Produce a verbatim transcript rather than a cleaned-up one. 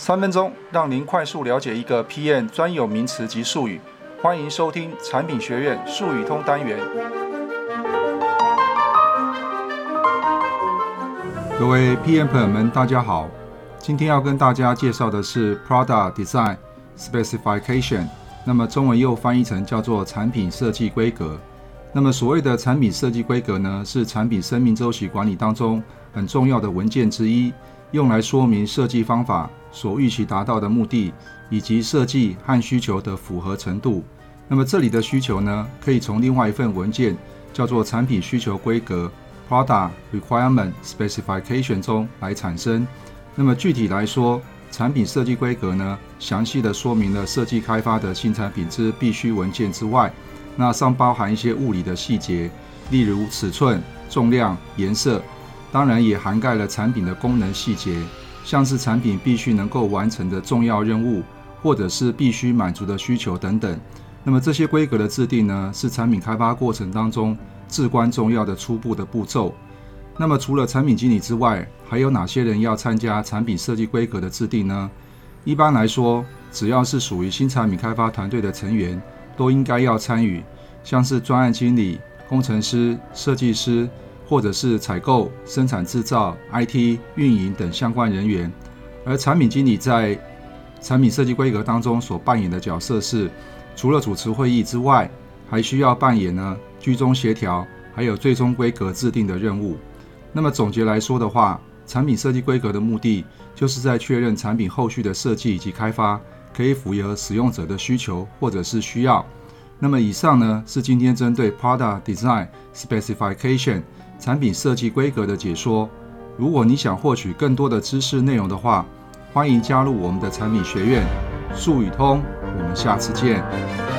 三分钟让您快速了解一个 P M 专有名词及术语。欢迎收听产品学院术语通单元。各位 P M 朋友们，大家好。今天要跟大家介绍的是 Product Design Specification， 那么中文又翻译成叫做产品设计规格。那么所谓的产品设计规格呢，是产品生命周期管理当中很重要的文件之一，用来说明设计方法所预期达到的目的，以及设计和需求的符合程度。那么这里的需求呢，可以从另外一份文件叫做产品需求规格 Product Requirement Specification 中来产生。那么具体来说，产品设计规格呢，详细的说明了设计开发的新产品之必须文件之外，那尚包含一些物理的细节，例如尺寸、重量、颜色，当然也涵盖了产品的功能细节，像是产品必须能够完成的重要任务，或者是必须满足的需求等等。那么这些规格的制定呢，是产品开发过程当中至关重要的初步的步骤。那么除了产品经理之外，还有哪些人要参加产品设计规格的制定呢？一般来说，只要是属于新产品开发团队的成员，都应该要参与，像是专案经理、工程师、设计师，或者是采购、生产制造、I T、运营等相关人员。而产品经理在产品设计规格当中所扮演的角色是，除了主持会议之外，还需要扮演呢居中协调，还有最终规格制定的任务。那么总结来说的话，产品设计规格的目的，就是在确认产品后续的设计以及开发可以符合使用者的需求或者是需要。那么以上呢，是今天针对 Product Design Specification 产品设计规格的解说。如果你想获取更多的知识内容的话，欢迎加入我们的产品学院术语通。我们下次见。